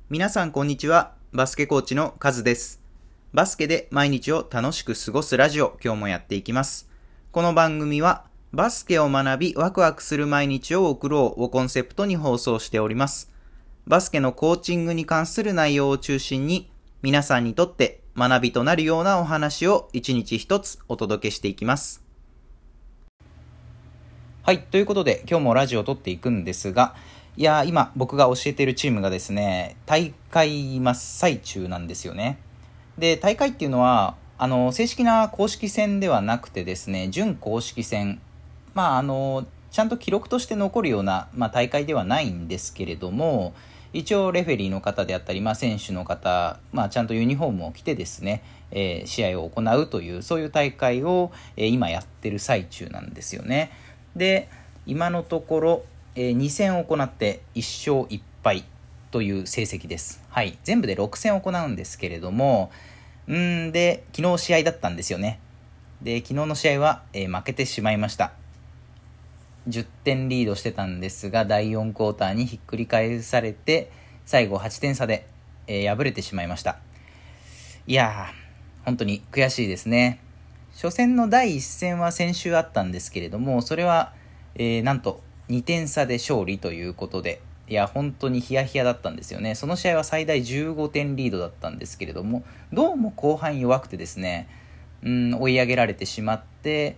皆さんこんにちは。バスケコーチのカズです。バスケで毎日を楽しく過ごすラジオ、今日もやっていきます。この番組はバスケを学びワクワクする毎日を送ろうをコンセプトに放送しております。バスケのコーチングに関する内容を中心に皆さんにとって学びとなるようなお話を一日一つお届けしていきます。はい、ということで今日もラジオを撮っていくんですが、今僕が教えているチームがですね、大会真っ最中なんですよね。で、大会っていうのは正式な公式戦ではなくてですね、準公式戦、ちゃんと記録として残るような、大会ではないんですけれども、一応レフェリーの方であったり、選手の方、ちゃんとユニフォームを着てですね、試合を行うというそういう大会を、今やってる最中なんですよね。で、今のところ、2戦行って1勝1敗という成績です。はい、全部で6戦行うんですけれども、で昨日試合だったんですよね。で、昨日の試合は、負けてしまいました。10点リードしてたんですが、第4クォーターにひっくり返されて最後8点差で、敗れてしまいました。本当に悔しいですね。初戦の第1戦は先週あったんですけれども、それは、なんと2点差で勝利ということで、本当にヒヤヒヤだったんですよね。その試合は最大15点リードだったんですけれども、どうも後半弱くてですね、追い上げられてしまって、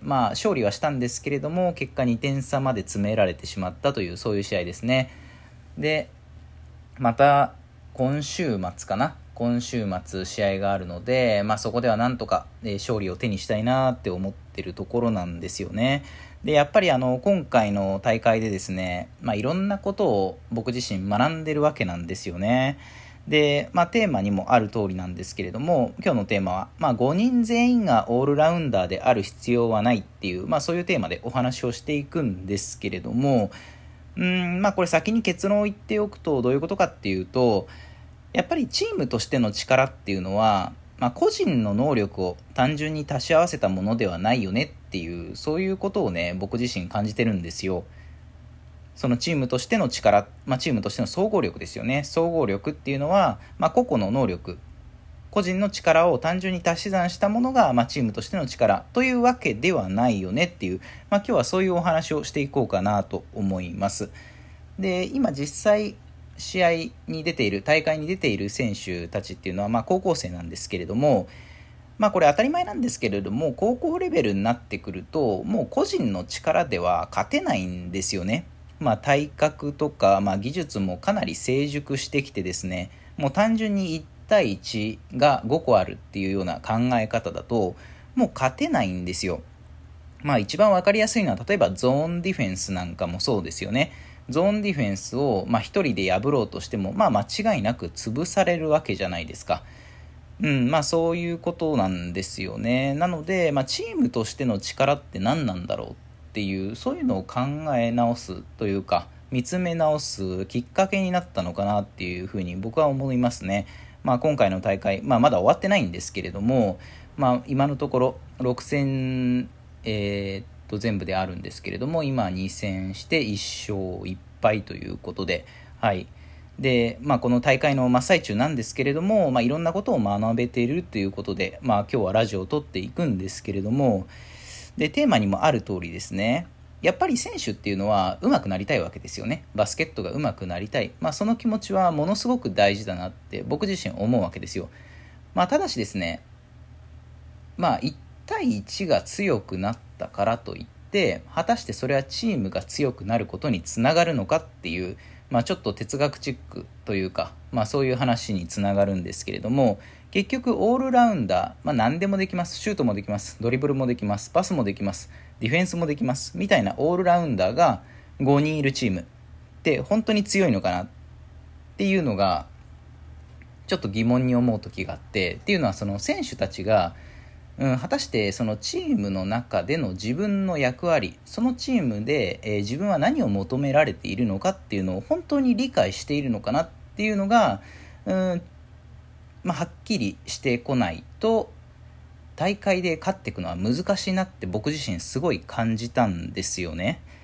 勝利はしたんですけれども、結果2点差まで詰められてしまったという、そういう試合ですね。で、また今週末試合があるので、そこではなんとか、勝利を手にしたいなって思ってるところなんですよね。で、やっぱり今回の大会でですね、いろんなことを僕自身学んでるわけなんですよね。で、テーマにもある通りなんですけれども、今日のテーマは、5人全員がオールラウンダーである必要はないっていう、そういうテーマでお話をしていくんですけれども、これ先に結論を言っておくとどういうことかっていうと、やっぱりチームとしての力っていうのは、個人の能力を単純に足し合わせたものではないよねっていう、そういうことをね、僕自身感じてるんですよ。そのチームとしての力、チームとしての総合力ですよね。総合力っていうのは、個々の能力、個人の力を単純に足し算したものが、チームとしての力というわけではないよねっていう、今日はそういうお話をしていこうかなと思います。で、今実際試合に出ている、大会に出ている選手たちっていうのは、高校生なんですけれども、これ当たり前なんですけれども、高校レベルになってくると、もう個人の力では勝てないんですよね。体格とか、技術もかなり成熟してきてですね、もう単純に1対1が5個あるっていうような考え方だと、もう勝てないんですよ。一番わかりやすいのは、例えばゾーンディフェンスなんかもそうですよね。ゾーンディフェンスを一人で破ろうとしても、間違いなく潰されるわけじゃないですか。そういうことなんですよね。なので、チームとしての力って何なんだろうっていう、そういうのを考え直すというか、見つめ直すきっかけになったのかなっていうふうに僕は思いますね。今回の大会、まだ終わってないんですけれども、今のところ6戦、全部であるんですけれども、今2戦して1勝1敗ということで、はい。で、この大会の真っ最中なんですけれども、いろんなことを学べているということで、今日はラジオを撮っていくんですけれども、で、テーマにもある通りですね、やっぱり選手っていうのは上手くなりたいわけですよね。バスケットが上手くなりたい。その気持ちはものすごく大事だなって僕自身思うわけですよ。ただしですね、1対1が強くなったからといって果たしてそれはチームが強くなることにつながるのかっていう、ちょっと哲学チックというか、そういう話につながるんですけれども、結局オールラウンダー、何でもできます。シュートもできます、ドリブルもできます、パスもできます、ディフェンスもできますみたいなオールラウンダーが5人いるチームって本当に強いのかなっていうのがちょっと疑問に思う時があって、っていうのはその選手たちが果たしてそのチームの中での自分の役割、そのチームで、自分は何を求められているのかっていうのを本当に理解しているのかなっていうのが、はっきりしてこないと大会で勝っていくのは難しいなって僕自身すごい感じたんですよね。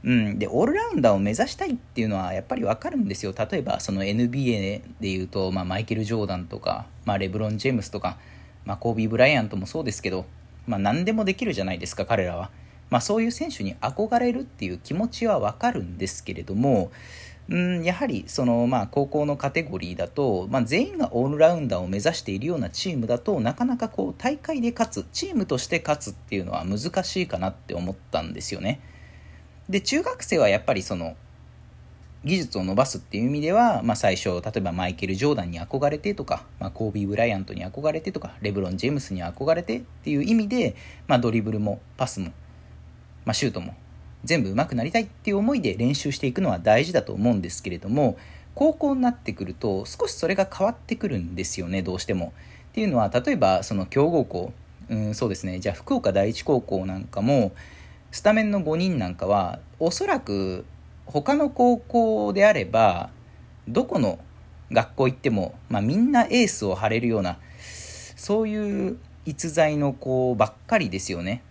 でオールラウンダーを目指したいっていうのはやっぱり分かるんですよ。例えばその NBA でいうと、マイケル・ジョーダンとか、レブロン・ジェームスとか、コービー・ブライアントもそうですけど、何でもできるじゃないですか彼らは。そういう選手に憧れるっていう気持ちは分かるんですけれども、やはりその、高校のカテゴリーだと、全員がオールラウンダーを目指しているようなチームだとなかなかこう大会で勝つ、チームとして勝つっていうのは難しいかなって思ったんですよね。で中学生はやっぱりその技術を伸ばすっていう意味では、最初例えばマイケル・ジョーダンに憧れてとか、コービー・ブライアントに憧れてとか、レブロン・ジェームスに憧れてっていう意味で、ドリブルもパスも、シュートも全部上手くなりたいっていう思いで練習していくのは大事だと思うんですけれども、高校になってくると少しそれが変わってくるんですよね、どうしても。っていうのは例えばその強豪校、そうですね、じゃあ福岡第一高校なんかもスタメンの5人なんかはおそらく他の高校であればどこの学校行っても、みんなエースを張れるようなそういう逸材の子ばっかりですよね。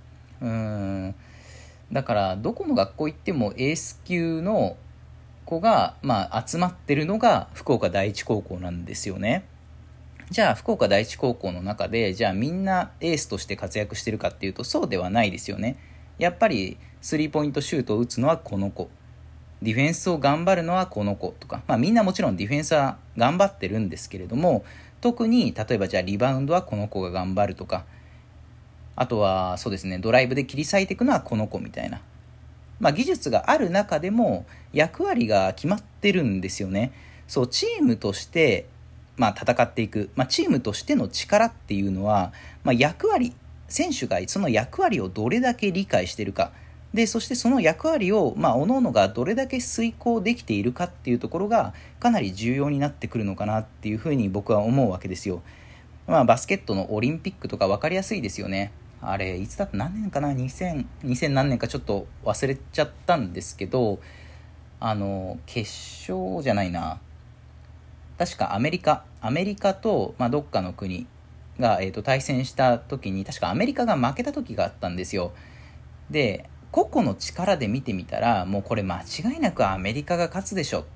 だからどこの学校行ってもエース級の子が、集まってるのが福岡第一高校なんですよね。じゃあ福岡第一高校の中でじゃあみんなエースとして活躍してるかっていうとそうではないですよね。やっぱりスリーポイントシュートを打つのはこの子、ディフェンスを頑張るのはこの子とか、みんなもちろんディフェンスは頑張ってるんですけれども、特に例えばじゃあリバウンドはこの子が頑張るとか、あとはそうですね、ドライブで切り裂いていくのはこの子みたいな、技術がある中でも役割が決まってるんですよね。そうチームとして戦っていく、チームとしての力っていうのは、役割、選手がその役割をどれだけ理解しているかで、そしてその役割を、各々がどれだけ遂行できているかっていうところがかなり重要になってくるのかなっていうふうに僕は思うわけですよ。バスケットのオリンピックとか分かりやすいですよね。あれいつだった何年かな、2000何年かちょっと忘れちゃったんですけど、決勝じゃないな、確かアメリカと、どっかの国が、対戦した時に確かアメリカが負けた時があったんですよ。で個々の力で見てみたらもうこれ間違いなくアメリカが勝つでしょって、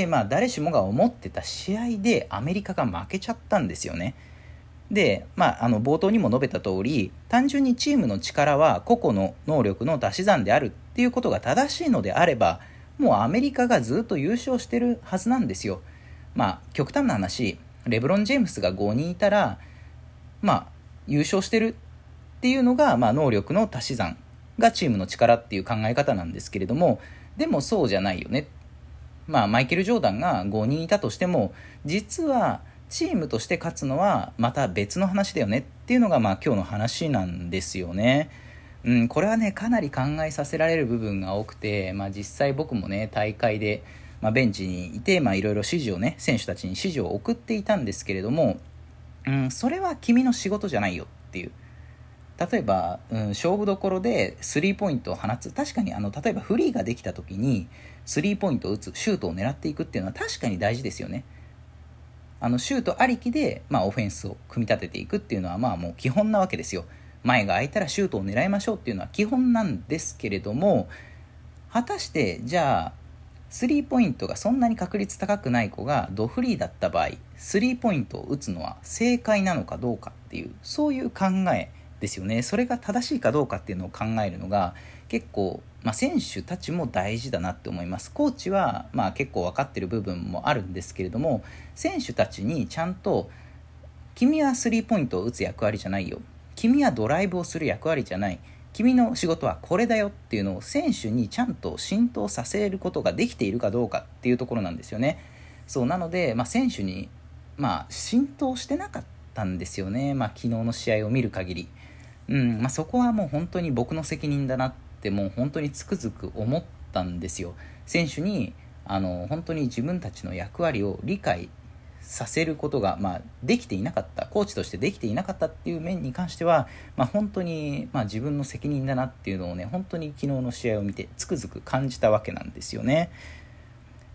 誰しもが思ってた試合でアメリカが負けちゃったんですよね。で、冒頭にも述べた通り、単純にチームの力は個々の能力の足し算であるっていうことが正しいのであれば、もうアメリカがずっと優勝してるはずなんですよ。極端な話、レブロン・ジェームスが5人いたら、優勝してるっていうのが、能力の足し算がチームの力っていう考え方なんですけれども、でもそうじゃないよね。マイケル・ジョーダンが5人いたとしても、実はチームとして勝つのはまた別の話だよねっていうのが今日の話なんですよね。これはねかなり考えさせられる部分が多くて、実際僕もね大会で、ベンチにいていろいろ指示をね選手たちに指示を送っていたんですけれども、それは君の仕事じゃないよっていう。例えば、勝負どころでスリーポイントを放つ、確かに例えばフリーができた時にスリーポイントを打つ、シュートを狙っていくっていうのは確かに大事ですよね。シュートありきで、オフェンスを組み立てていくっていうのはもう基本なわけですよ。前が空いたらシュートを狙いましょうっていうのは基本なんですけれども、果たしてじゃあスリーポイントがそんなに確率高くない子がドフリーだった場合、スリーポイントを打つのは正解なのかどうかっていう、そういう考えですよね。それが正しいかどうかっていうのを考えるのが結構、選手たちも大事だなって思います。コーチは結構分かってる部分もあるんですけれども、選手たちにちゃんと君はスリーポイントを打つ役割じゃないよ、君はドライブをする役割じゃない、君の仕事はこれだよっていうのを選手にちゃんと浸透させることができているかどうかっていうところなんですよね。そうなので、選手に浸透してなかったんですよね。昨日の試合を見る限り、そこはもう本当に僕の責任だなってもう本当につくづく思ったんですよ。選手に本当に自分たちの役割を理解させることが、できていなかった、コーチとしてできていなかったっていう面に関しては、本当に、自分の責任だなっていうのをね、本当に昨日の試合を見てつくづく感じたわけなんですよね。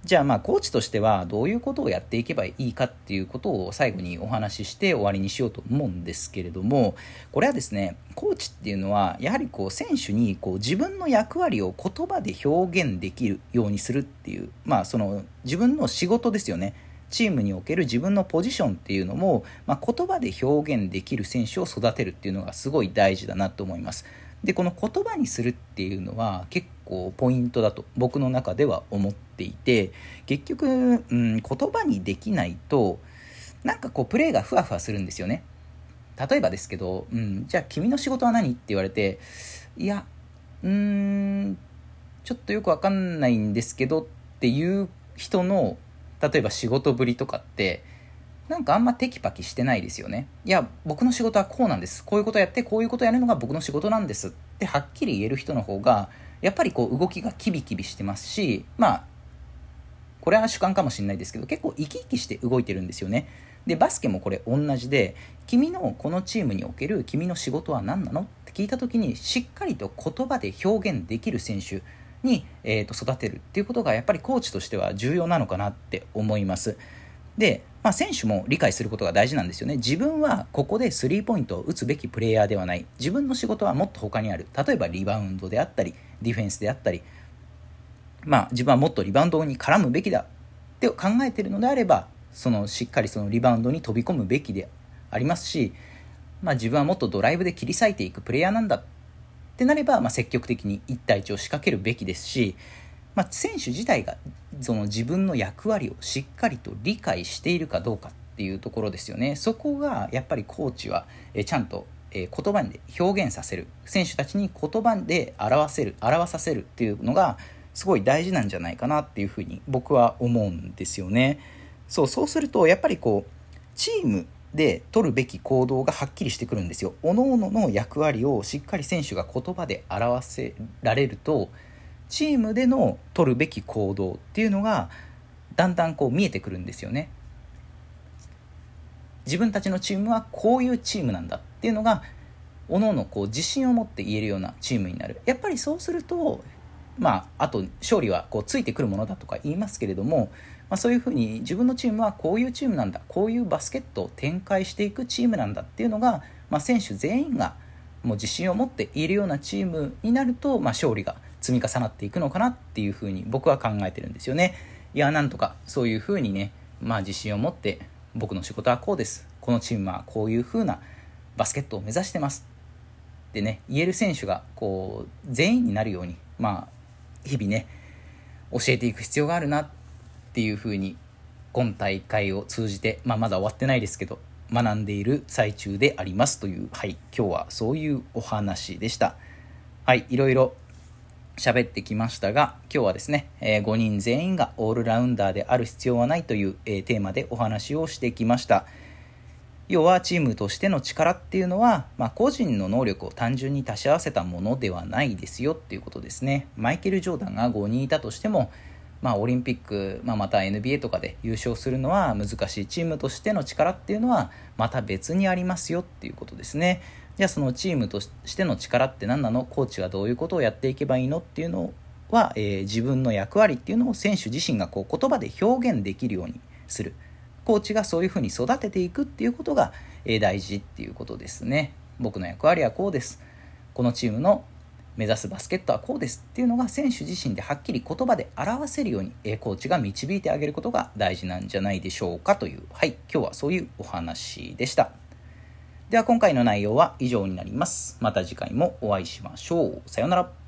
じゃあコーチとしてはどういうことをやっていけばいいかっていうことを最後にお話しして終わりにしようと思うんですけれども、これはですね、コーチっていうのはやはり選手に自分の役割を言葉で表現できるようにするっていう、その自分の仕事ですよね。チームにおける自分のポジションっていうのも、言葉で表現できる選手を育てるっていうのがすごい大事だなと思います。で、この言葉にするっていうのは結構ポイントだと僕の中では思っていて、結局、言葉にできないとプレーがふわふわするんですよね。例えばですけど、じゃあ君の仕事は何って言われて、いや、ちょっとよくわかんないんですけどっていう人の例えば仕事ぶりとかってあんまテキパキしてないですよね。いや、僕の仕事はこうなんです、こういうことやってこういうことやるのが僕の仕事なんですってはっきり言える人の方がやっぱり動きがキビキビしてますし、これは主観かもしれないですけど結構生き生きして動いてるんですよね。で、バスケもこれ同じで、君のこのチームにおける君の仕事は何なのって聞いた時にしっかりと言葉で表現できる選手に、育てるっていうことがやっぱりコーチとしては重要なのかなって思います。で、選手も理解することが大事なんですよね。自分はここでスリーポイントを打つべきプレイヤーではない。自分の仕事はもっと他にある。例えばリバウンドであったり、ディフェンスであったり、自分はもっとリバウンドに絡むべきだって考えているのであれば、しっかりそのリバウンドに飛び込むべきでありますし、自分はもっとドライブで切り裂いていくプレイヤーなんだってなれば、積極的に1対1を仕掛けるべきですし、選手自体がその自分の役割をしっかりと理解しているかどうかっていうところですよね。そこがやっぱりコーチはちゃんと言葉で表現させる、選手たちに言葉で表させるっていうのがすごい大事なんじゃないかなっていうふうに僕は思うんですよね。そうするとやっぱりチームで取るべき行動がはっきりしてくるんですよ。各々の役割をしっかり選手が言葉で表せられると、チームでの取るべき行動っていうのがだんだん見えてくるんですよね。自分たちのチームはこういうチームなんだっていうのが各々自信を持って言えるようなチームになる。やっぱりそうするとあと勝利はついてくるものだとか言いますけれども、そういうふうに自分のチームはこういうチームなんだ、こういうバスケットを展開していくチームなんだっていうのが、選手全員がもう自信を持っているようなチームになると、勝利が積み重なっていくのかなっていうふうに僕は考えてるんですよね。いや、なんとかそういうふうにね、自信を持って僕の仕事はこうです、このチームはこういうふうなバスケットを目指してますってね言える選手が全員になるように日々ね教えていく必要があるなっていうふうに今大会を通じて、まだ終わってないですけど学んでいる最中でありますという、今日はそういうお話でした。いろいろ喋ってきましたが、今日はですね、5人全員がオールラウンダーである必要はないという、テーマでお話をしてきました。要はチームとしての力っていうのは、個人の能力を単純に足し合わせたものではないですよっていうことですね。マイケル・ジョーダンが5人いたとしても、オリンピック、また NBA とかで優勝するのは難しい。チームとしての力っていうのはまた別にありますよっていうことですね。じゃあそのチームとしての力って何なの？コーチはどういうことをやっていけばいいのっていうのは、自分の役割っていうのを選手自身が言葉で表現できるようにする。コーチがそういうふうに育てていくっていうことが、大事っていうことですね。僕の役割はこうです。このチームの目指すバスケットはこうですっていうのが選手自身ではっきり言葉で表せるように、コーチが導いてあげることが大事なんじゃないでしょうかという、今日はそういうお話でした。では今回の内容は以上になります。また次回もお会いしましょう。さようなら。